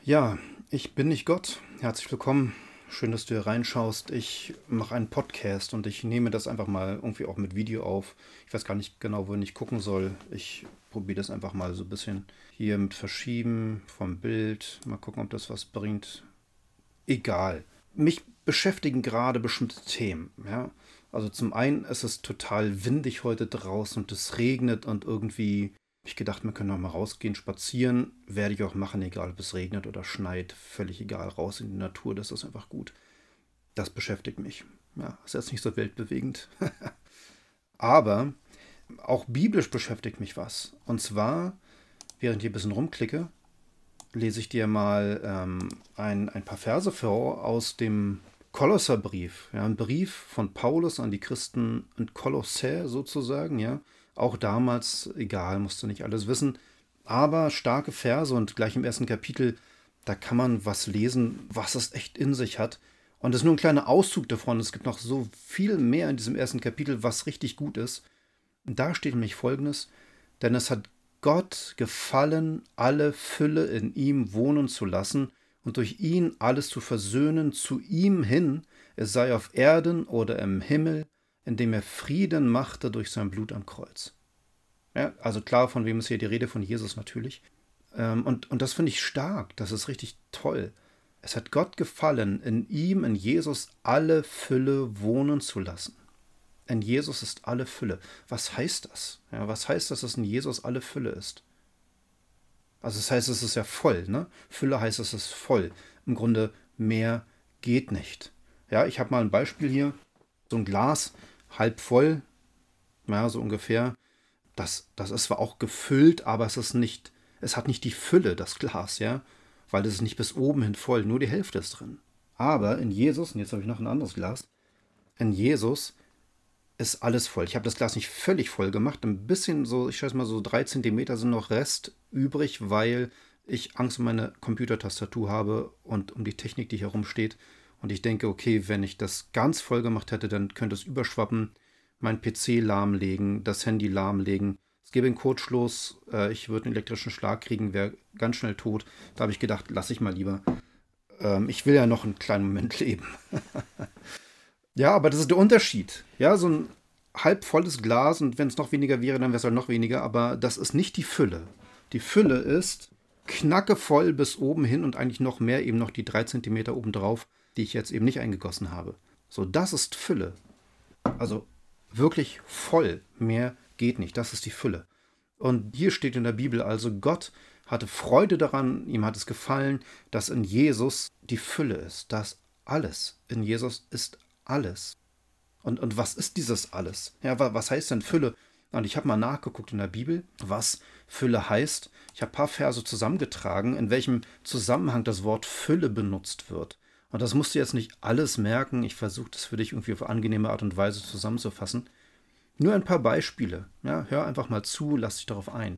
Ja, ich bin nicht Gott. Herzlich willkommen. Schön, dass du hier reinschaust. Ich mache einen Podcast und ich nehme das einfach mal irgendwie auch mit Video auf. Ich weiß gar nicht genau, wohin ich gucken soll. Ich probiere das einfach mal so ein bisschen hier mit Verschieben vom Bild. Mal gucken, ob das was bringt. Egal. Mich beschäftigen gerade bestimmte Themen. Ja? Also zum einen ist es total windig heute draußen und es regnet und irgendwie habe ich gedacht, wir können noch mal rausgehen, spazieren. Werde ich auch machen, egal ob es regnet oder schneit. Völlig egal, raus in die Natur, das ist einfach gut. Das beschäftigt mich. Ja, ist jetzt nicht so weltbewegend. Aber auch biblisch beschäftigt mich was. Und zwar, während ich ein bisschen rumklicke, lese ich dir mal ein paar Verse vor aus dem Kolosserbrief. Ja, ein Brief von Paulus an die Christen in Kolossä sozusagen. Ja, auch damals, egal, musst du nicht alles wissen. Aber starke Verse und gleich im ersten Kapitel, da kann man was lesen, was es echt in sich hat. Und das ist nur ein kleiner Auszug davon. Es gibt noch so viel mehr in diesem ersten Kapitel, was richtig gut ist. Und da steht nämlich Folgendes: Denn es hat Gott gefallen, alle Fülle in ihm wohnen zu lassen und durch ihn alles zu versöhnen zu ihm hin, es sei auf Erden oder im Himmel, indem er Frieden machte durch sein Blut am Kreuz. Ja, also klar, von wem ist hier die Rede? Von Jesus natürlich. Und das finde ich stark, das ist richtig toll. Es hat Gott gefallen, in ihm, in Jesus, alle Fülle wohnen zu lassen. In Jesus ist alle Fülle. Was heißt das? Ja, was heißt das, dass in Jesus alle Fülle ist? Also das heißt, es ist ja voll, ne? Fülle heißt, es ist voll. Im Grunde mehr geht nicht. Ja, ich habe mal ein Beispiel hier. So ein Glas, halb voll, ja, so ungefähr. Das ist zwar auch gefüllt, aber es hat nicht die Fülle, das Glas, ja. Weil es ist nicht bis oben hin voll, nur die Hälfte ist drin. Aber in Jesus, und jetzt habe ich noch ein anderes Glas, in Jesus ist alles voll. Ich habe das Glas nicht völlig voll gemacht. Ein bisschen so, ich schätze mal so 3 Zentimeter sind noch Rest übrig, weil ich Angst um meine Computertastatur habe und um die Technik, die hier rumsteht. Und ich denke, okay, wenn ich das ganz voll gemacht hätte, dann könnte es überschwappen, mein PC lahmlegen, das Handy lahmlegen. Es gäbe einen Kurzschluss, ich würde einen elektrischen Schlag kriegen, wäre ganz schnell tot. Da habe ich gedacht, lasse ich mal lieber. Ich will ja noch einen kleinen Moment leben. Ja, aber das ist der Unterschied. Ja, so ein halb volles Glas und wenn es noch weniger wäre, dann wäre es halt noch weniger, aber das ist nicht die Fülle. Die Fülle ist knackevoll bis oben hin und eigentlich noch mehr, eben noch die 3 Zentimeter obendrauf, die ich jetzt eben nicht eingegossen habe. So, das ist Fülle. Also wirklich voll. Mehr geht nicht. Das ist die Fülle. Und hier steht in der Bibel also, Gott hatte Freude daran, ihm hat es gefallen, dass in Jesus die Fülle ist. Das alles. In Jesus ist alles. Und was ist dieses alles? Ja, was heißt denn Fülle? Und ich habe mal nachgeguckt in der Bibel, was Fülle heißt. Ich habe ein paar Verse zusammengetragen, in welchem Zusammenhang das Wort Fülle benutzt wird. Und das musst du jetzt nicht alles merken. Ich versuche das für dich irgendwie auf angenehme Art und Weise zusammenzufassen. Nur ein paar Beispiele. Ja, hör einfach mal zu, lass dich darauf ein.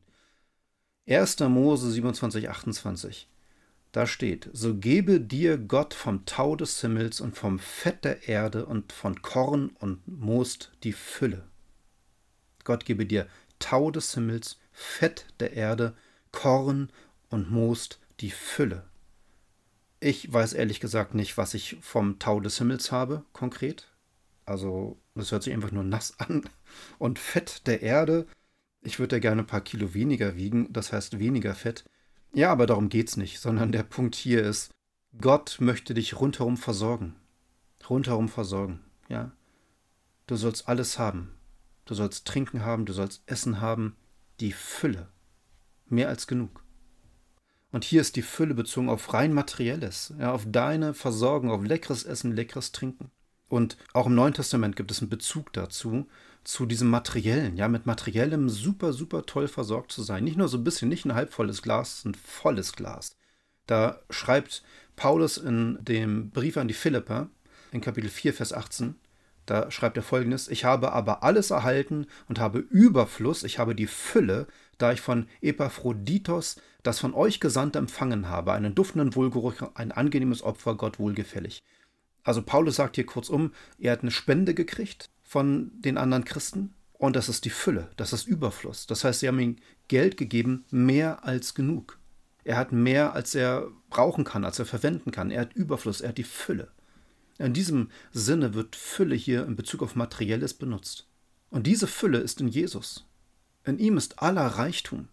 1. Mose 27, 28. Da steht: So gebe dir Gott vom Tau des Himmels und vom Fett der Erde und von Korn und Most die Fülle. Gott gebe dir Tau des Himmels, Fett der Erde, Korn und Most die Fülle. Ich weiß ehrlich gesagt nicht, was ich vom Tau des Himmels habe, konkret. Also, das hört sich einfach nur nass an. Und Fett der Erde, ich würde ja gerne ein paar Kilo weniger wiegen, das heißt weniger Fett. Ja, aber darum geht's nicht, sondern der Punkt hier ist, Gott möchte dich rundherum versorgen. Rundherum versorgen, ja. Du sollst alles haben. Du sollst Trinken haben, du sollst Essen haben. Die Fülle. Mehr als genug. Und hier ist die Fülle bezogen auf rein Materielles, ja, auf deine Versorgung, auf leckeres Essen, leckeres Trinken. Und auch im Neuen Testament gibt es einen Bezug dazu, zu diesem Materiellen, ja, mit Materiellem super, super toll versorgt zu sein. Nicht nur so ein bisschen, nicht ein halbvolles Glas, ein volles Glas. Da schreibt Paulus in dem Brief an die Philipper, in Kapitel 4, Vers 18, da schreibt er Folgendes: Ich habe aber alles erhalten und habe Überfluss, ich habe die Fülle, da ich von Epaphroditos das von euch Gesandte empfangen habe, einen duftenden Wohlgeruch, ein angenehmes Opfer, Gott wohlgefällig. Also Paulus sagt hier kurzum, er hat eine Spende gekriegt von den anderen Christen und das ist die Fülle, das ist Überfluss. Das heißt, sie haben ihm Geld gegeben, mehr als genug. Er hat mehr, als er brauchen kann, als er verwenden kann. Er hat Überfluss, er hat die Fülle. In diesem Sinne wird Fülle hier in Bezug auf Materielles benutzt. Und diese Fülle ist in Jesus. In ihm ist aller Reichtum.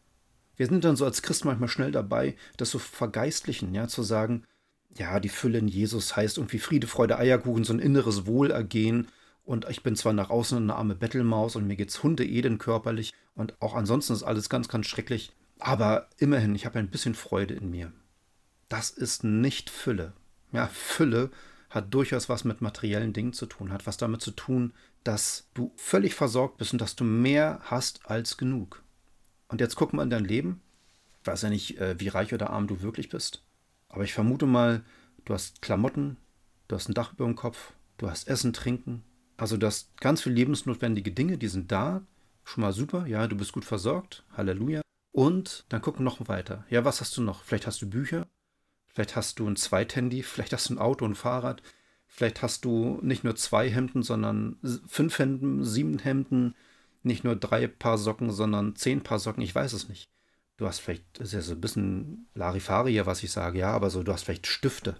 Wir sind dann so als Christen manchmal schnell dabei, das zu vergeistlichen, ja, zu sagen, ja, die Fülle in Jesus heißt irgendwie Friede, Freude, Eierkuchen, so ein inneres Wohlergehen. Und ich bin zwar nach außen eine arme Bettelmaus und mir geht's hundeelend körperlich und auch ansonsten ist alles ganz, ganz schrecklich. Aber immerhin, ich habe ein bisschen Freude in mir. Das ist nicht Fülle. Ja, Fülle hat durchaus was mit materiellen Dingen zu tun, hat was damit zu tun, dass du völlig versorgt bist und dass du mehr hast als genug. Und jetzt guck mal in dein Leben. Ich weiß ja nicht, wie reich oder arm du wirklich bist. Aber ich vermute mal, du hast Klamotten, du hast ein Dach über dem Kopf, du hast Essen, Trinken. Also du hast ganz viele lebensnotwendige Dinge, die sind da. Schon mal super, ja, du bist gut versorgt. Halleluja. Und dann gucken wir noch weiter. Ja, was hast du noch? Vielleicht hast du Bücher, vielleicht hast du ein Zweithandy, vielleicht hast du ein Auto, ein Fahrrad. Vielleicht hast du nicht nur 2 Hemden, sondern 5 Hemden, 7 Hemden. Nicht nur 3 Paar Socken, sondern 10 Paar Socken. Ich weiß es nicht. Du hast vielleicht, das ist ja so ein bisschen Larifari, was ich sage, ja, aber so, du hast vielleicht Stifte.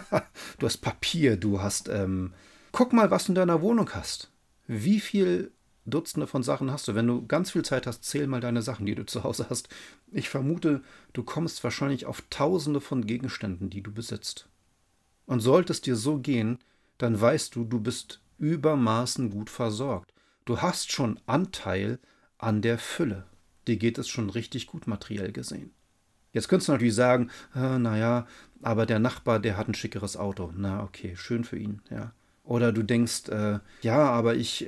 Du hast Papier, du hast, guck mal, was du in deiner Wohnung hast. Wie viel Dutzende von Sachen hast du? Wenn du ganz viel Zeit hast, zähl mal deine Sachen, die du zu Hause hast. Ich vermute, du kommst wahrscheinlich auf Tausende von Gegenständen, die du besitzt. Und sollte es dir so gehen, dann weißt du, du bist übermaßen gut versorgt. Du hast schon Anteil an der Fülle. Dir geht es schon richtig gut materiell gesehen. Jetzt könntest du natürlich sagen, naja, aber der Nachbar, der hat ein schickeres Auto. Na okay, schön für ihn, ja. Oder du denkst, ja, aber ich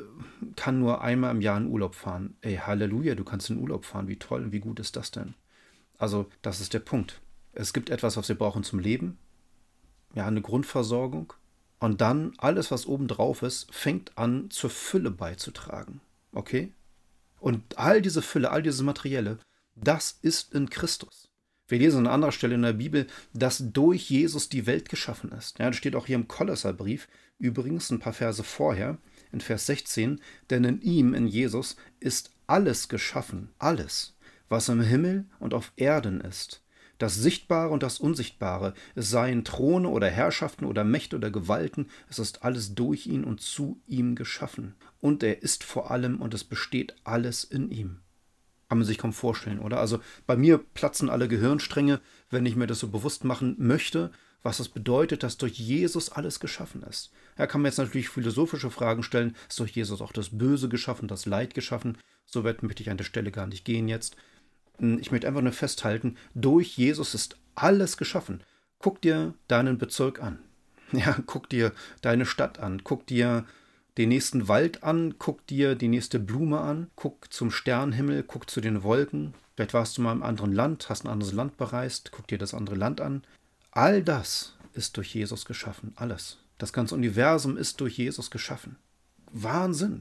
kann nur einmal im Jahr in Urlaub fahren. Ey, Halleluja, du kannst in Urlaub fahren. Wie toll und wie gut ist das denn? Also, das ist der Punkt. Es gibt etwas, was wir brauchen zum Leben. Ja, eine Grundversorgung. Und dann alles, was oben drauf ist, fängt an, zur Fülle beizutragen. Okay? Und all diese Fülle, all diese Materielle, das ist in Christus. Wir lesen an anderer Stelle in der Bibel, dass durch Jesus die Welt geschaffen ist. Ja, das steht auch hier im Kolosserbrief, übrigens ein paar Verse vorher, in Vers 16, denn in ihm, in Jesus, ist alles geschaffen, alles, was im Himmel und auf Erden ist. Das Sichtbare und das Unsichtbare, es seien Throne oder Herrschaften oder Mächte oder Gewalten, es ist alles durch ihn und zu ihm geschaffen. Und er ist vor allem und es besteht alles in ihm. Kann man sich kaum vorstellen, oder? Also bei mir platzen alle Gehirnstränge, wenn ich mir das so bewusst machen möchte, was das bedeutet, dass durch Jesus alles geschaffen ist. Da kann man jetzt natürlich philosophische Fragen stellen. Ist durch Jesus auch das Böse geschaffen, das Leid geschaffen? So weit möchte ich an der Stelle gar nicht gehen jetzt. Ich möchte einfach nur festhalten, durch Jesus ist alles geschaffen. Guck dir deinen Bezirk an. Ja, guck dir deine Stadt an. Guck dir den nächsten Wald an. Guck dir die nächste Blume an. Guck zum Sternenhimmel. Guck zu den Wolken. Vielleicht warst du mal im anderen Land, hast ein anderes Land bereist. Guck dir das andere Land an. All das ist durch Jesus geschaffen. Alles. Das ganze Universum ist durch Jesus geschaffen. Wahnsinn.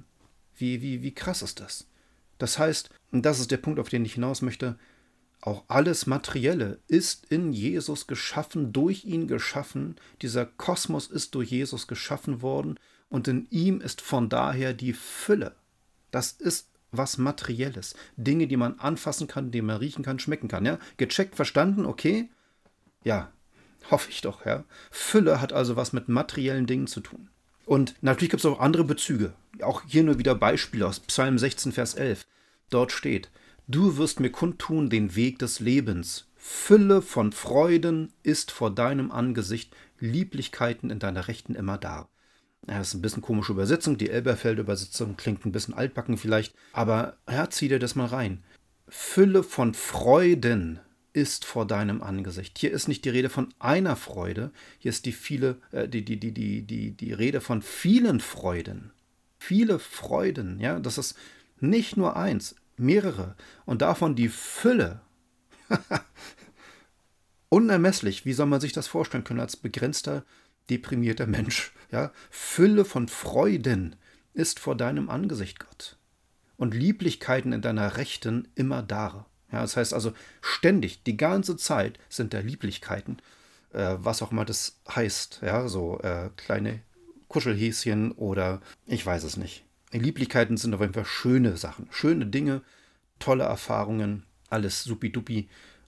Wie krass ist das? Das heißt, und das ist der Punkt, auf den ich hinaus möchte, auch alles Materielle ist in Jesus geschaffen, durch ihn geschaffen. Dieser Kosmos ist durch Jesus geschaffen worden und in ihm ist von daher die Fülle. Das ist was Materielles. Dinge, die man anfassen kann, die man riechen kann, schmecken kann. Ja? Gecheckt, verstanden, okay? Ja, hoffe ich doch. Ja? Fülle hat also was mit materiellen Dingen zu tun. Und natürlich gibt es auch andere Bezüge. Auch hier nur wieder Beispiele aus Psalm 16, Vers 11. Dort steht, du wirst mir kundtun den Weg des Lebens. Fülle von Freuden ist vor deinem Angesicht, Lieblichkeiten in deiner Rechten immer da. Ja, das ist ein bisschen komische Übersetzung, die Elberfeld-Übersetzung klingt ein bisschen altbacken vielleicht, aber ja, zieh dir das mal rein. Fülle von Freuden ist vor deinem Angesicht. Hier ist nicht die Rede von einer Freude, hier ist die Rede von vielen Freuden. Viele Freuden, ja, das ist nicht nur eins, mehrere. Und davon die Fülle. Unermesslich, wie soll man sich das vorstellen können als begrenzter, deprimierter Mensch? Ja? Fülle von Freuden ist vor deinem Angesicht, Gott. Und Lieblichkeiten in deiner Rechten immer da. Ja, das heißt also ständig, die ganze Zeit sind da Lieblichkeiten, was auch immer das heißt, ja, so kleine Kuschelhäschen oder ich weiß es nicht. Lieblichkeiten sind auf jeden Fall schöne Sachen, schöne Dinge, tolle Erfahrungen, alles supidupi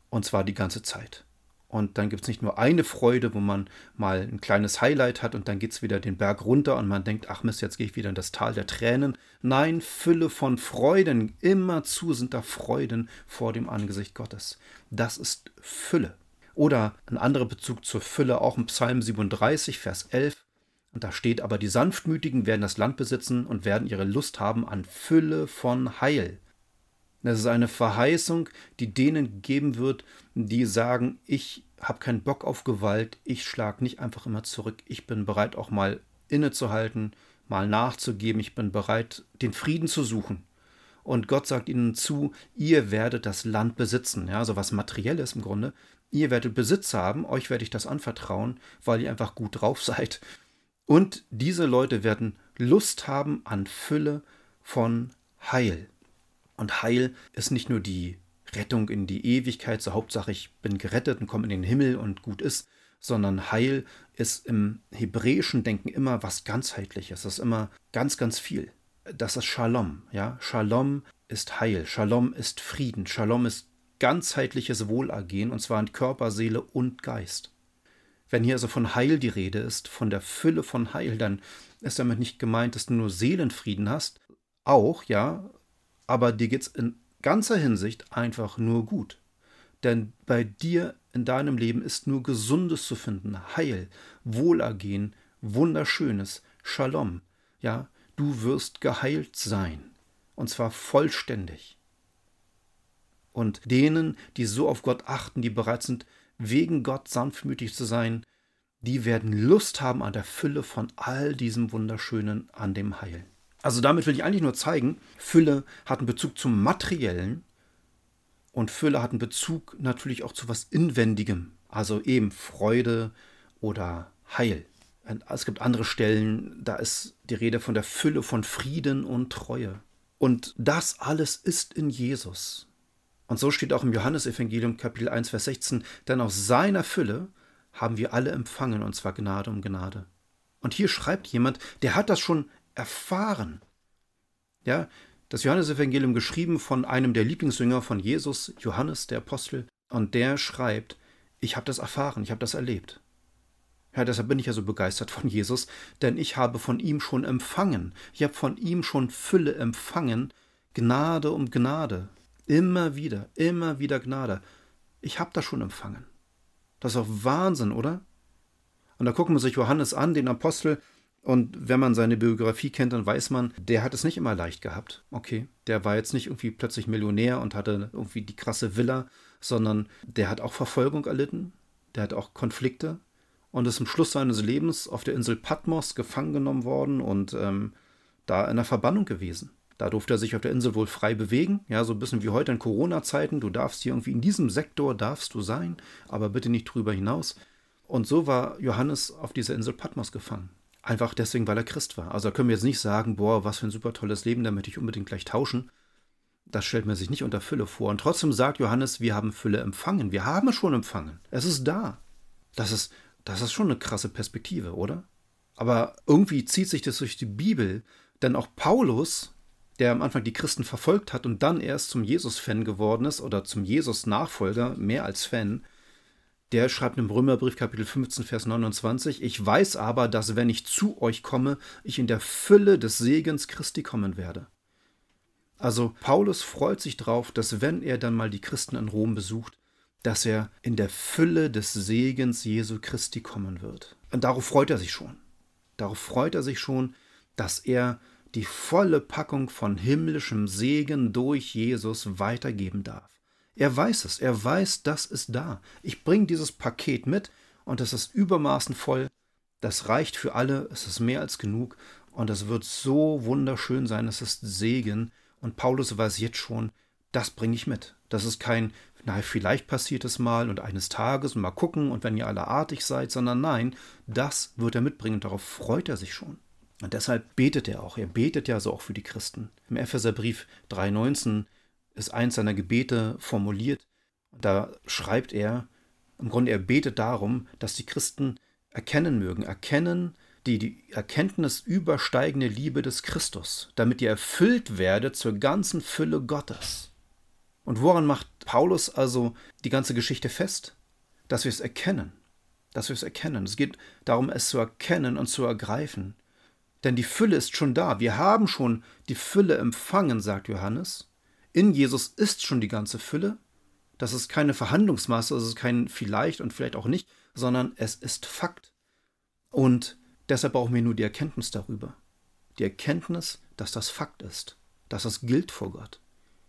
Und zwar die ganze Zeit. Und dann gibt es nicht nur eine Freude, wo man mal ein kleines Highlight hat und dann geht es wieder den Berg runter und man denkt, ach Mist, jetzt gehe ich wieder in das Tal der Tränen. Nein, Fülle von Freuden. Immerzu sind da Freuden vor dem Angesicht Gottes. Das ist Fülle. Oder ein anderer Bezug zur Fülle, auch im Psalm 37, Vers 11. Und da steht, aber die Sanftmütigen werden das Land besitzen und werden ihre Lust haben an Fülle von Heil. Das ist eine Verheißung, die denen geben wird, die sagen, ich habe keinen Bock auf Gewalt, ich schlage nicht einfach immer zurück, ich bin bereit auch mal innezuhalten, mal nachzugeben, ich bin bereit, den Frieden zu suchen. Und Gott sagt ihnen zu, ihr werdet das Land besitzen, ja, also was Materielles im Grunde. Ihr werdet Besitz haben, euch werde ich das anvertrauen, weil ihr einfach gut drauf seid. Und diese Leute werden Lust haben an Fülle von Heil. Und Heil ist nicht nur die Rettung in die Ewigkeit, so Hauptsache ich bin gerettet und komme in den Himmel und gut ist, sondern Heil ist im hebräischen Denken immer was ganzheitliches, das ist immer ganz, ganz viel. Das ist Shalom, ja, Shalom ist Heil, Shalom ist Frieden, Shalom ist ganzheitliches Wohlergehen und zwar in Körper, Seele und Geist. Wenn hier also von Heil die Rede ist, von der Fülle von Heil, dann ist damit nicht gemeint, dass du nur Seelenfrieden hast, auch, ja, aber dir geht es in ganzer Hinsicht einfach nur gut. Denn bei dir in deinem Leben ist nur Gesundes zu finden, Heil, Wohlergehen, Wunderschönes, Shalom. Ja, du wirst geheilt sein. Und zwar vollständig. Und denen, die so auf Gott achten, die bereit sind, wegen Gott sanftmütig zu sein, die werden Lust haben an der Fülle von all diesem Wunderschönen, an dem Heil. Also damit will ich eigentlich nur zeigen, Fülle hat einen Bezug zum Materiellen und Fülle hat einen Bezug natürlich auch zu was Inwendigem, also eben Freude oder Heil. Es gibt andere Stellen, da ist die Rede von der Fülle von Frieden und Treue. Und das alles ist in Jesus. Und so steht auch im Johannesevangelium Kapitel 1, Vers 16, denn aus seiner Fülle haben wir alle empfangen, und zwar Gnade um Gnade. Und hier schreibt jemand, der hat das schon erfahren. Ja, das Johannesevangelium geschrieben von einem der Lieblingsjünger von Jesus, Johannes, der Apostel, und der schreibt, ich habe das erfahren, ich habe das erlebt. Ja, deshalb bin ich ja so begeistert von Jesus, denn ich habe von ihm schon empfangen. Ich habe von ihm schon Fülle empfangen, Gnade um Gnade. Immer wieder Gnade. Ich habe das schon empfangen. Das ist auch Wahnsinn, oder? Und da gucken wir sich Johannes an, den Apostel, und wenn man seine Biografie kennt, dann weiß man, der hat es nicht immer leicht gehabt. Okay, der war jetzt nicht irgendwie plötzlich Millionär und hatte irgendwie die krasse Villa, sondern der hat auch Verfolgung erlitten, der hat auch Konflikte und ist am Schluss seines Lebens auf der Insel Patmos gefangen genommen worden und da in der Verbannung gewesen. Da durfte er sich auf der Insel wohl frei bewegen, ja, so ein bisschen wie heute in Corona-Zeiten. Du darfst hier irgendwie in diesem Sektor darfst du sein, aber bitte nicht drüber hinaus. Und so war Johannes auf dieser Insel Patmos gefangen. Einfach deswegen, weil er Christ war. Also da können wir jetzt nicht sagen, boah, was für ein super tolles Leben, da möchte ich unbedingt gleich tauschen. Das stellt man sich nicht unter Fülle vor. Und trotzdem sagt Johannes, wir haben Fülle empfangen. Wir haben es schon empfangen. Es ist da. Das ist schon eine krasse Perspektive, oder? Aber irgendwie zieht sich das durch die Bibel, denn auch Paulus, der am Anfang die Christen verfolgt hat und dann erst zum Jesus-Fan geworden ist oder zum Jesus-Nachfolger, mehr als Fan, der schreibt im Römerbrief Kapitel 15, Vers 29, ich weiß aber, dass wenn ich zu euch komme, ich in der Fülle des Segens Christi kommen werde. Also Paulus freut sich drauf, dass wenn er dann mal die Christen in Rom besucht, dass er in der Fülle des Segens Jesu Christi kommen wird. Und darauf freut er sich schon. Darauf freut er sich schon, dass er die volle Packung von himmlischem Segen durch Jesus weitergeben darf. Er weiß es, er weiß, das ist da. Ich bringe dieses Paket mit und es ist übermaßen voll. Das reicht für alle, es ist mehr als genug und es wird so wunderschön sein, es ist Segen. Und Paulus weiß jetzt schon, das bringe ich mit. Das ist kein, na, vielleicht passiert es mal und eines Tages und mal gucken und wenn ihr alle artig seid, sondern nein, das wird er mitbringen und darauf freut er sich schon. Und deshalb betet er auch. Er betet ja so auch für die Christen. Im Epheserbrief 3,19 ist eins seiner Gebete formuliert. Da schreibt er, im Grunde er betet darum, dass die Christen erkennen mögen, die Erkenntnis übersteigende Liebe des Christus, damit ihr erfüllt werdet zur ganzen Fülle Gottes. Und woran macht Paulus also die ganze Geschichte fest? Dass wir es erkennen. Dass wir es erkennen. Es geht darum, es zu erkennen und zu ergreifen. Denn die Fülle ist schon da. Wir haben schon die Fülle empfangen, sagt Johannes. In Jesus ist schon die ganze Fülle. Das ist keine Verhandlungsmasse, das ist kein vielleicht und vielleicht auch nicht, sondern es ist Fakt. Und deshalb brauchen wir nur die Erkenntnis darüber. Die Erkenntnis, dass das Fakt ist, dass das gilt vor Gott.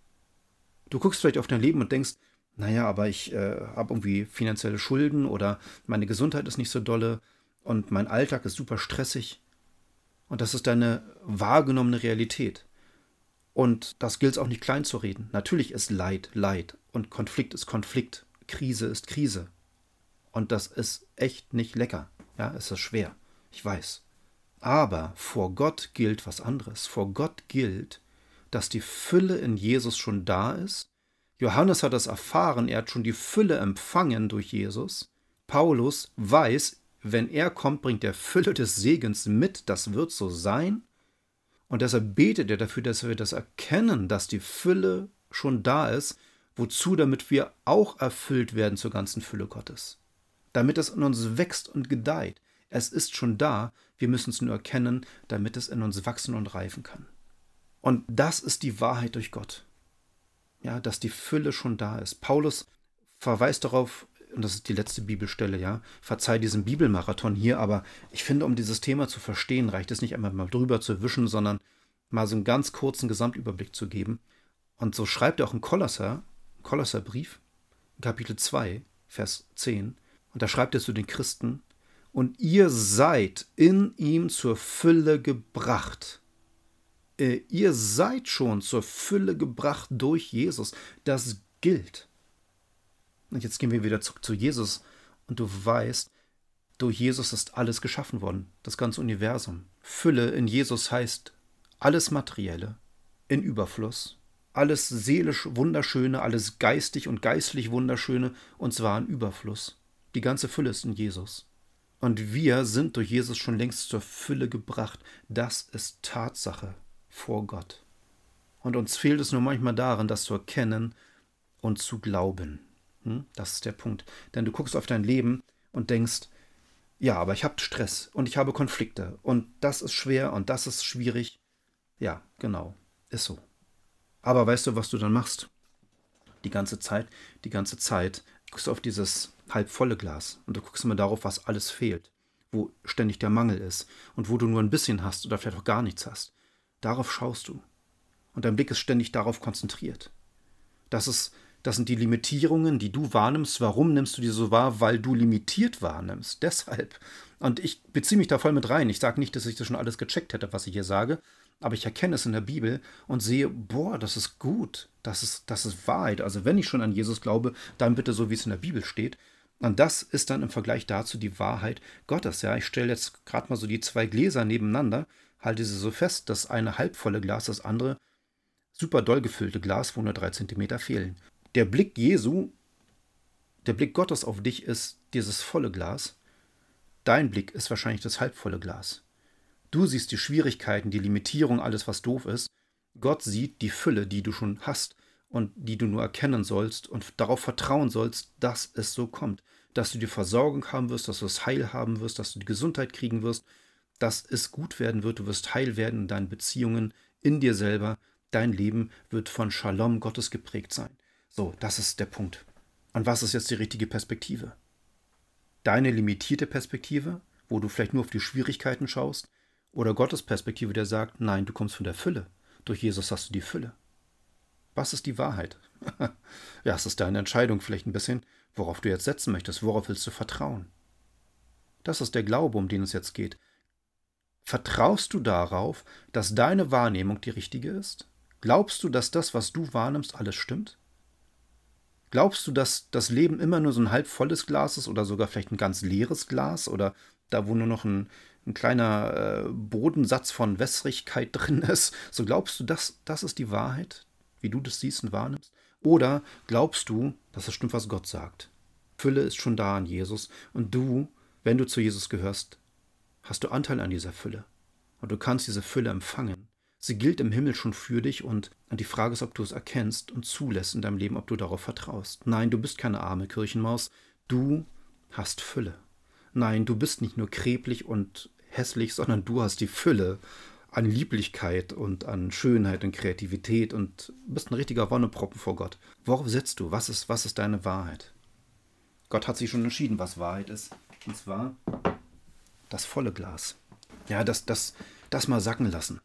Du guckst vielleicht auf dein Leben und denkst, naja, aber ich habe irgendwie finanzielle Schulden oder meine Gesundheit ist nicht so dolle und mein Alltag ist super stressig. Und das ist deine wahrgenommene Realität. Und das gilt es auch nicht klein zu reden. Natürlich ist Leid Leid und Konflikt ist Konflikt, Krise ist Krise. Und das ist echt nicht lecker. Ja, es ist schwer, ich weiß. Aber vor Gott gilt was anderes. Vor Gott gilt, dass die Fülle in Jesus schon da ist. Johannes hat das erfahren, er hat schon die Fülle empfangen durch Jesus. Paulus weiß, wenn er kommt, bringt er Fülle des Segens mit, das wird so sein. Und deshalb betet er dafür, dass wir das erkennen, dass die Fülle schon da ist. Wozu? Damit wir auch erfüllt werden zur ganzen Fülle Gottes. Damit es in uns wächst und gedeiht. Es ist schon da, wir müssen es nur erkennen, damit es in uns wachsen und reifen kann. Und das ist die Wahrheit durch Gott. Ja, dass die Fülle schon da ist. Paulus verweist darauf, und das ist die letzte Bibelstelle, ja, verzeih diesen Bibelmarathon hier, aber ich finde, um dieses Thema zu verstehen, reicht es nicht einmal mal drüber zu wischen, sondern mal so einen ganz kurzen Gesamtüberblick zu geben. Und so schreibt er auch im Kolosserbrief, Kapitel 2, Vers 10, und da schreibt er zu den Christen, und ihr seid in ihm zur Fülle gebracht. Ihr seid schon zur Fülle gebracht durch Jesus. Das gilt. Und jetzt gehen wir wieder zurück zu Jesus und du weißt, durch Jesus ist alles geschaffen worden, das ganze Universum. Fülle in Jesus heißt alles Materielle in Überfluss, alles seelisch Wunderschöne, alles geistig und geistlich Wunderschöne, und zwar in Überfluss. Die ganze Fülle ist in Jesus. Und wir sind durch Jesus schon längst zur Fülle gebracht. Das ist Tatsache vor Gott. Und uns fehlt es nur manchmal daran, das zu erkennen und zu glauben. Das ist der Punkt. Denn du guckst auf dein Leben und denkst, ja, aber ich habe Stress und ich habe Konflikte und das ist schwer und das ist schwierig. Ja, genau, ist so. Aber weißt du, was du dann machst? Die ganze Zeit guckst du auf dieses halbvolle Glas und du guckst immer darauf, was alles fehlt, wo ständig der Mangel ist und wo du nur ein bisschen hast oder vielleicht auch gar nichts hast. Darauf schaust du. Und dein Blick ist ständig darauf konzentriert. Das sind die Limitierungen, die du wahrnimmst. Warum nimmst du die so wahr? Weil du limitiert wahrnimmst. Deshalb. Und ich beziehe mich da voll mit rein. Ich sage nicht, dass ich das schon alles gecheckt hätte, was ich hier sage. Aber ich erkenne es in der Bibel und sehe, boah, das ist gut. Das ist Wahrheit. Also wenn ich schon an Jesus glaube, dann bitte so, wie es in der Bibel steht. Und das ist dann im Vergleich dazu die Wahrheit Gottes. Ja, ich stelle jetzt gerade mal so die zwei Gläser nebeneinander, halte sie so fest, das eine halbvolle Glas, das andere super doll gefüllte Glas, wo nur 3 Zentimeter fehlen. Der Blick Gottes auf dich ist dieses volle Glas. Dein Blick ist wahrscheinlich das halbvolle Glas. Du siehst die Schwierigkeiten, die Limitierung, alles, was doof ist. Gott sieht die Fülle, die du schon hast und die du nur erkennen sollst und darauf vertrauen sollst, dass es so kommt. Dass du die Versorgung haben wirst, dass du das Heil haben wirst, dass du die Gesundheit kriegen wirst, dass es gut werden wird, du wirst heil werden in deinen Beziehungen, in dir selber. Dein Leben wird von Shalom Gottes geprägt sein. So, das ist der Punkt. Und was ist jetzt die richtige Perspektive? Deine limitierte Perspektive, wo du vielleicht nur auf die Schwierigkeiten schaust, oder Gottes Perspektive, der sagt, nein, du kommst von der Fülle. Durch Jesus hast du die Fülle. Was ist die Wahrheit? Ja, es ist deine Entscheidung vielleicht ein bisschen, worauf du jetzt setzen möchtest, worauf willst du vertrauen? Das ist der Glaube, um den es jetzt geht. Vertraust du darauf, dass deine Wahrnehmung die richtige ist? Glaubst du, dass das, was du wahrnimmst, alles stimmt? Glaubst du, dass das Leben immer nur so ein halb volles Glas ist oder sogar vielleicht ein ganz leeres Glas oder da, wo nur noch ein kleiner Bodensatz von Wässrigkeit drin ist? So glaubst du, das ist die Wahrheit, wie du das siehst und wahrnimmst? Oder glaubst du, dass es stimmt, was Gott sagt? Fülle ist schon da an Jesus und du, wenn du zu Jesus gehörst, hast du Anteil an dieser Fülle. Und du kannst diese Fülle empfangen. Sie gilt im Himmel schon für dich und die Frage ist, ob du es erkennst und zulässt in deinem Leben, ob du darauf vertraust. Nein, du bist keine arme Kirchenmaus, du hast Fülle. Nein, du bist nicht nur kreblich und hässlich, sondern du hast die Fülle an Lieblichkeit und an Schönheit und Kreativität und bist ein richtiger Wonneproppen vor Gott. Worauf setzt du? Was ist deine Wahrheit? Gott hat sich schon entschieden, was Wahrheit ist. Und zwar das volle Glas. Ja, das mal sacken lassen.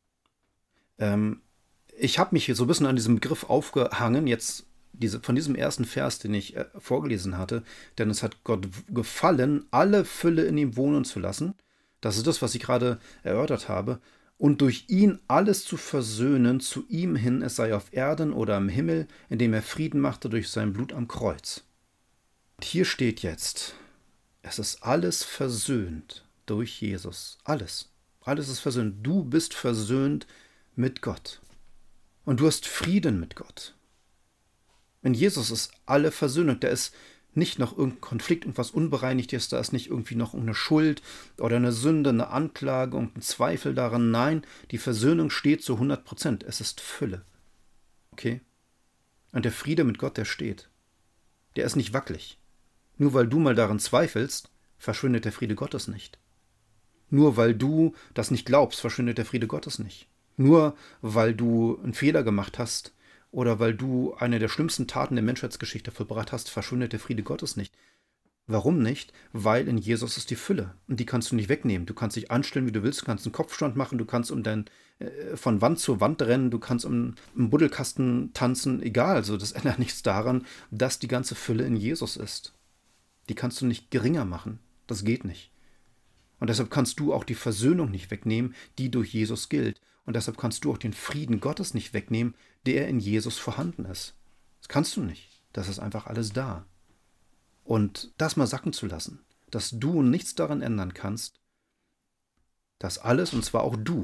Ich habe mich so ein bisschen an diesem Begriff aufgehangen, jetzt von diesem ersten Vers, den ich vorgelesen hatte, denn es hat Gott gefallen, alle Fülle in ihm wohnen zu lassen. Das ist das, was ich gerade erörtert habe. Und durch ihn alles zu versöhnen, zu ihm hin, es sei auf Erden oder im Himmel, indem er Frieden machte durch sein Blut am Kreuz. Und hier steht jetzt, es ist alles versöhnt durch Jesus. Alles. Alles ist versöhnt. Du bist versöhnt mit Gott. Und du hast Frieden mit Gott. In Jesus ist alle Versöhnung. Da ist nicht noch irgendein Konflikt, irgendwas Unbereinigtes, da ist nicht irgendwie noch eine Schuld oder eine Sünde, eine Anklage und ein Zweifel daran. Nein, die Versöhnung steht zu 100%. Es ist Fülle. Okay? Und der Friede mit Gott, der steht. Der ist nicht wackelig. Nur weil du mal daran zweifelst, verschwindet der Friede Gottes nicht. Nur weil du das nicht glaubst, verschwindet der Friede Gottes nicht. Nur weil du einen Fehler gemacht hast oder weil du eine der schlimmsten Taten der Menschheitsgeschichte vollbracht hast, verschwindet der Friede Gottes nicht. Warum nicht? Weil in Jesus ist die Fülle und die kannst du nicht wegnehmen. Du kannst dich anstellen, wie du willst, du kannst einen Kopfstand machen, du kannst von Wand zu Wand rennen, du kannst im Buddelkasten tanzen, egal. Also das ändert nichts daran, dass die ganze Fülle in Jesus ist. Die kannst du nicht geringer machen. Das geht nicht. Und deshalb kannst du auch die Versöhnung nicht wegnehmen, die durch Jesus gilt. Und deshalb kannst du auch den Frieden Gottes nicht wegnehmen, der in Jesus vorhanden ist. Das kannst du nicht. Das ist einfach alles da. Und das mal sacken zu lassen, dass du nichts daran ändern kannst, dass alles, und zwar auch du,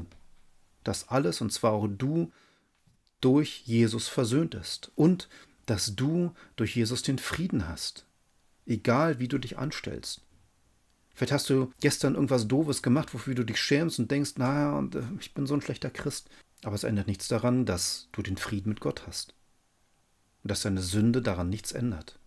durch Jesus versöhnt ist. Und dass du durch Jesus den Frieden hast. Egal, wie du dich anstellst. Vielleicht hast du gestern irgendwas Doofes gemacht, wofür du dich schämst und denkst, naja, ich bin so ein schlechter Christ. Aber es ändert nichts daran, dass du den Frieden mit Gott hast. Und dass deine Sünde daran nichts ändert.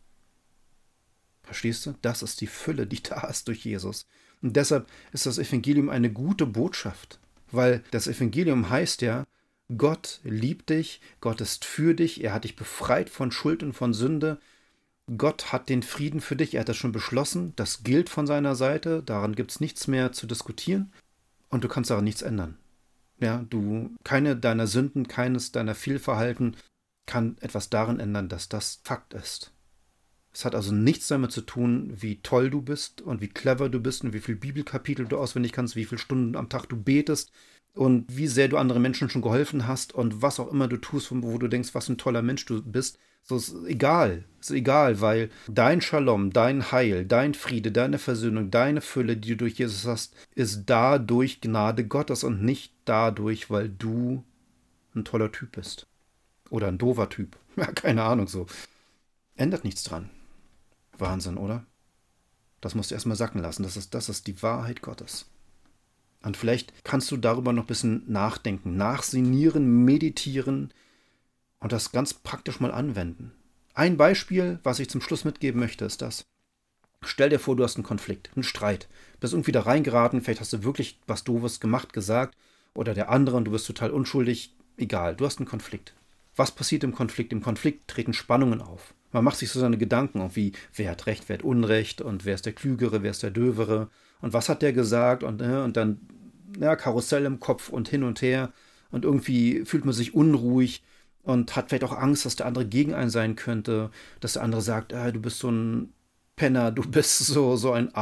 Verstehst du? Das ist die Fülle, die da ist durch Jesus. Und deshalb ist das Evangelium eine gute Botschaft. Weil das Evangelium heißt ja, Gott liebt dich, Gott ist für dich, er hat dich befreit von Schuld und von Sünde. Gott hat den Frieden für dich, er hat das schon beschlossen, das gilt von seiner Seite, daran gibt es nichts mehr zu diskutieren und du kannst daran nichts ändern. Ja, keine deiner Sünden, keines deiner Fehlverhalten kann etwas daran ändern, dass das Fakt ist. Es hat also nichts damit zu tun, wie toll du bist und wie clever du bist und wie viele Bibelkapitel du auswendig kannst, wie viele Stunden am Tag du betest und wie sehr du anderen Menschen schon geholfen hast und was auch immer du tust, wo du denkst, was ein toller Mensch du bist. So ist egal. Ist egal, weil dein Shalom, dein Heil, dein Friede, deine Versöhnung, deine Fülle, die du durch Jesus hast, ist da durch Gnade Gottes und nicht dadurch, weil du ein toller Typ bist. Oder ein doofer Typ. Ja, keine Ahnung so. Ändert nichts dran. Wahnsinn, oder? Das musst du erstmal sacken lassen. Das ist die Wahrheit Gottes. Und vielleicht kannst du darüber noch ein bisschen nachdenken, nachsinnieren, meditieren und das ganz praktisch mal anwenden. Ein Beispiel, was ich zum Schluss mitgeben möchte, ist das. Stell dir vor, du hast einen Konflikt, einen Streit. Bist irgendwie da reingeraten, vielleicht hast du wirklich was Doofes gemacht, gesagt oder der andere und du bist total unschuldig. Egal, du hast einen Konflikt. Was passiert im Konflikt? Im Konflikt treten Spannungen auf. Man macht sich so seine Gedanken auf, wie wer hat Recht, wer hat Unrecht und wer ist der Klügere, wer ist der Dövere und was hat der gesagt und dann Karussell im Kopf und hin und her und irgendwie fühlt man sich unruhig und hat vielleicht auch Angst, dass der andere gegen einen sein könnte, dass der andere sagt, du bist so ein Penner, du bist so ein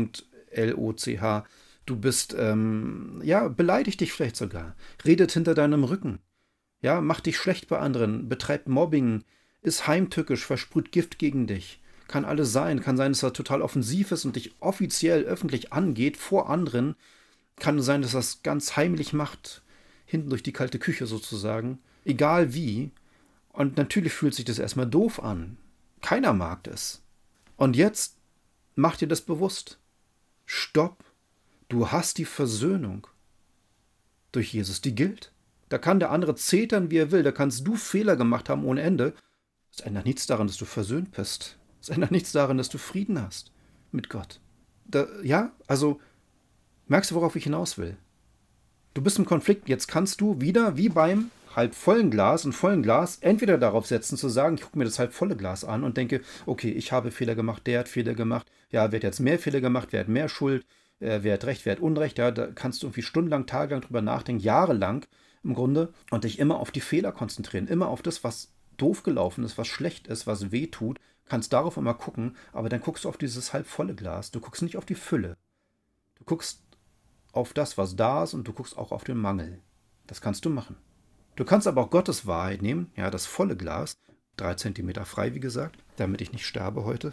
A.LOCH, du bist, beleidigt dich vielleicht sogar, redet hinter deinem Rücken, ja, macht dich schlecht bei anderen, betreibt Mobbing, ist heimtückisch, versprüht Gift gegen dich. Kann alles sein. Kann sein, dass er total offensiv ist und dich offiziell öffentlich angeht vor anderen. Kann sein, dass er es ganz heimlich macht, hinten durch die kalte Küche sozusagen. Egal wie. Und natürlich fühlt sich das erstmal doof an. Keiner mag das. Und jetzt mach dir das bewusst. Stopp. Du hast die Versöhnung durch Jesus, die gilt. Da kann der andere zetern, wie er will. Da kannst du Fehler gemacht haben ohne Ende. Es ändert nichts daran, dass du versöhnt bist. Es ändert nichts daran, dass du Frieden hast mit Gott. Also merkst du, worauf ich hinaus will? Du bist im Konflikt, jetzt kannst du wieder, wie beim halb vollen Glas, ein vollen Glas, entweder darauf setzen, zu sagen, ich gucke mir das halb volle Glas an und denke, okay, ich habe Fehler gemacht, der hat Fehler gemacht, ja, wer hat jetzt mehr Fehler gemacht, wer hat mehr Schuld, wer hat Recht, wer hat Unrecht, ja, da kannst du irgendwie stundenlang, tagelang drüber nachdenken, jahrelang im Grunde, und dich immer auf die Fehler konzentrieren, immer auf das, was doof gelaufen ist, was schlecht ist, was weh tut, kannst darauf immer gucken, aber dann guckst du auf dieses halb volle Glas, du guckst nicht auf die Fülle, du guckst auf das, was da ist, und du guckst auch auf den Mangel. Das kannst du machen. Du kannst aber auch Gottes Wahrheit nehmen, ja, das volle Glas, 3 Zentimeter frei, wie gesagt, damit ich nicht sterbe heute.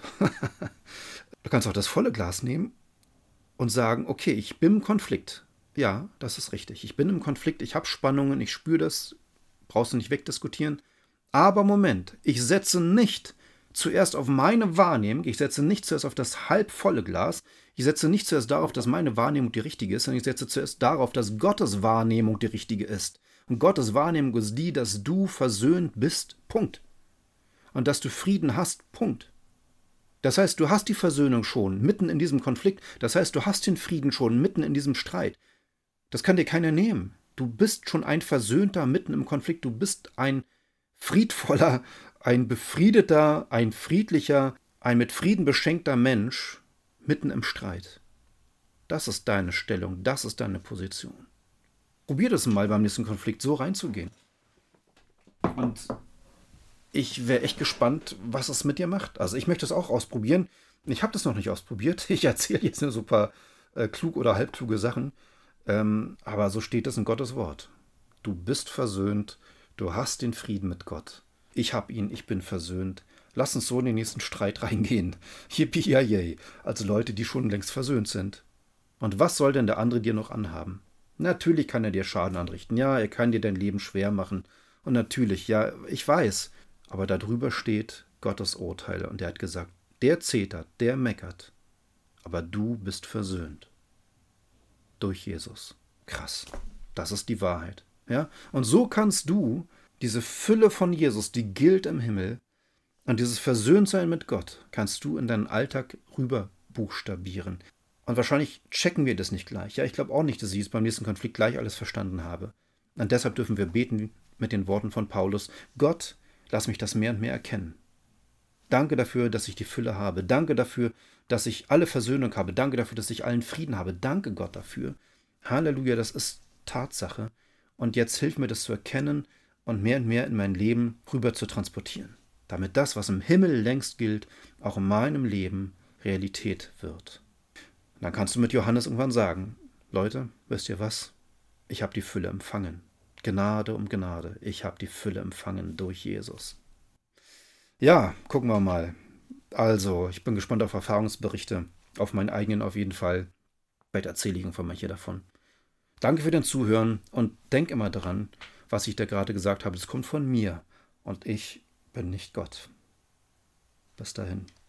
Du kannst auch das volle Glas nehmen und sagen, okay, ich bin im Konflikt. Ja, das ist richtig. Ich bin im Konflikt, ich habe Spannungen, ich spüre das, brauchst du nicht wegdiskutieren. Aber Moment, ich setze nicht zuerst auf meine Wahrnehmung, ich setze nicht zuerst auf das halb volle Glas, ich setze nicht zuerst darauf, dass meine Wahrnehmung die richtige ist, sondern ich setze zuerst darauf, dass Gottes Wahrnehmung die richtige ist. Und Gottes Wahrnehmung ist die, dass du versöhnt bist, Punkt. Und dass du Frieden hast, Punkt. Das heißt, du hast die Versöhnung schon mitten in diesem Konflikt. Das heißt, du hast den Frieden schon mitten in diesem Streit. Das kann dir keiner nehmen. Du bist schon ein Versöhnter mitten im Konflikt. Du bist ein friedvoller, ein befriedeter, ein friedlicher, ein mit Frieden beschenkter Mensch mitten im Streit. Das ist deine Stellung, das ist deine Position. Probier das mal beim nächsten Konflikt so reinzugehen. Und ich wäre echt gespannt, was es mit dir macht. Also ich möchte es auch ausprobieren. Ich habe das noch nicht ausprobiert. Ich erzähle jetzt nur so ein paar klug oder halbkluge Sachen. Aber so steht es in Gottes Wort. Du bist versöhnt. Du hast den Frieden mit Gott. Ich habe ihn, ich bin versöhnt. Lass uns so in den nächsten Streit reingehen. Yippie-yay, als Leute, die schon längst versöhnt sind. Und was soll denn der andere dir noch anhaben? Natürlich kann er dir Schaden anrichten. Ja, er kann dir dein Leben schwer machen. Und natürlich, ja, ich weiß. Aber darüber steht Gottes Urteil. Und er hat gesagt, der zetert, der meckert. Aber du bist versöhnt. Durch Jesus. Krass. Das ist die Wahrheit. Ja? Und so kannst du diese Fülle von Jesus, die gilt im Himmel, und dieses Versöhntsein mit Gott, kannst du in deinen Alltag rüber buchstabieren. Und wahrscheinlich checken wir das nicht gleich. Ja, ich glaube auch nicht, dass ich es beim nächsten Konflikt gleich alles verstanden habe. Und deshalb dürfen wir beten mit den Worten von Paulus: Gott, lass mich das mehr und mehr erkennen. Danke dafür, dass ich die Fülle habe. Danke dafür, dass ich alle Versöhnung habe. Danke dafür, dass ich allen Frieden habe. Danke Gott dafür. Halleluja, das ist Tatsache. Und jetzt hilf mir, das zu erkennen und mehr in mein Leben rüber zu transportieren. Damit das, was im Himmel längst gilt, auch in meinem Leben Realität wird. Und dann kannst du mit Johannes irgendwann sagen: Leute, wisst ihr was? Ich habe die Fülle empfangen. Gnade um Gnade. Ich habe die Fülle empfangen durch Jesus. Ja, gucken wir mal. Also, ich bin gespannt auf Erfahrungsberichte. Auf meinen eigenen auf jeden Fall. Vielleicht erzähle ich irgendwann mal hier davon. Danke für dein Zuhören und denk immer daran, was ich da gerade gesagt habe. Das kommt von mir und ich bin nicht Gott. Bis dahin.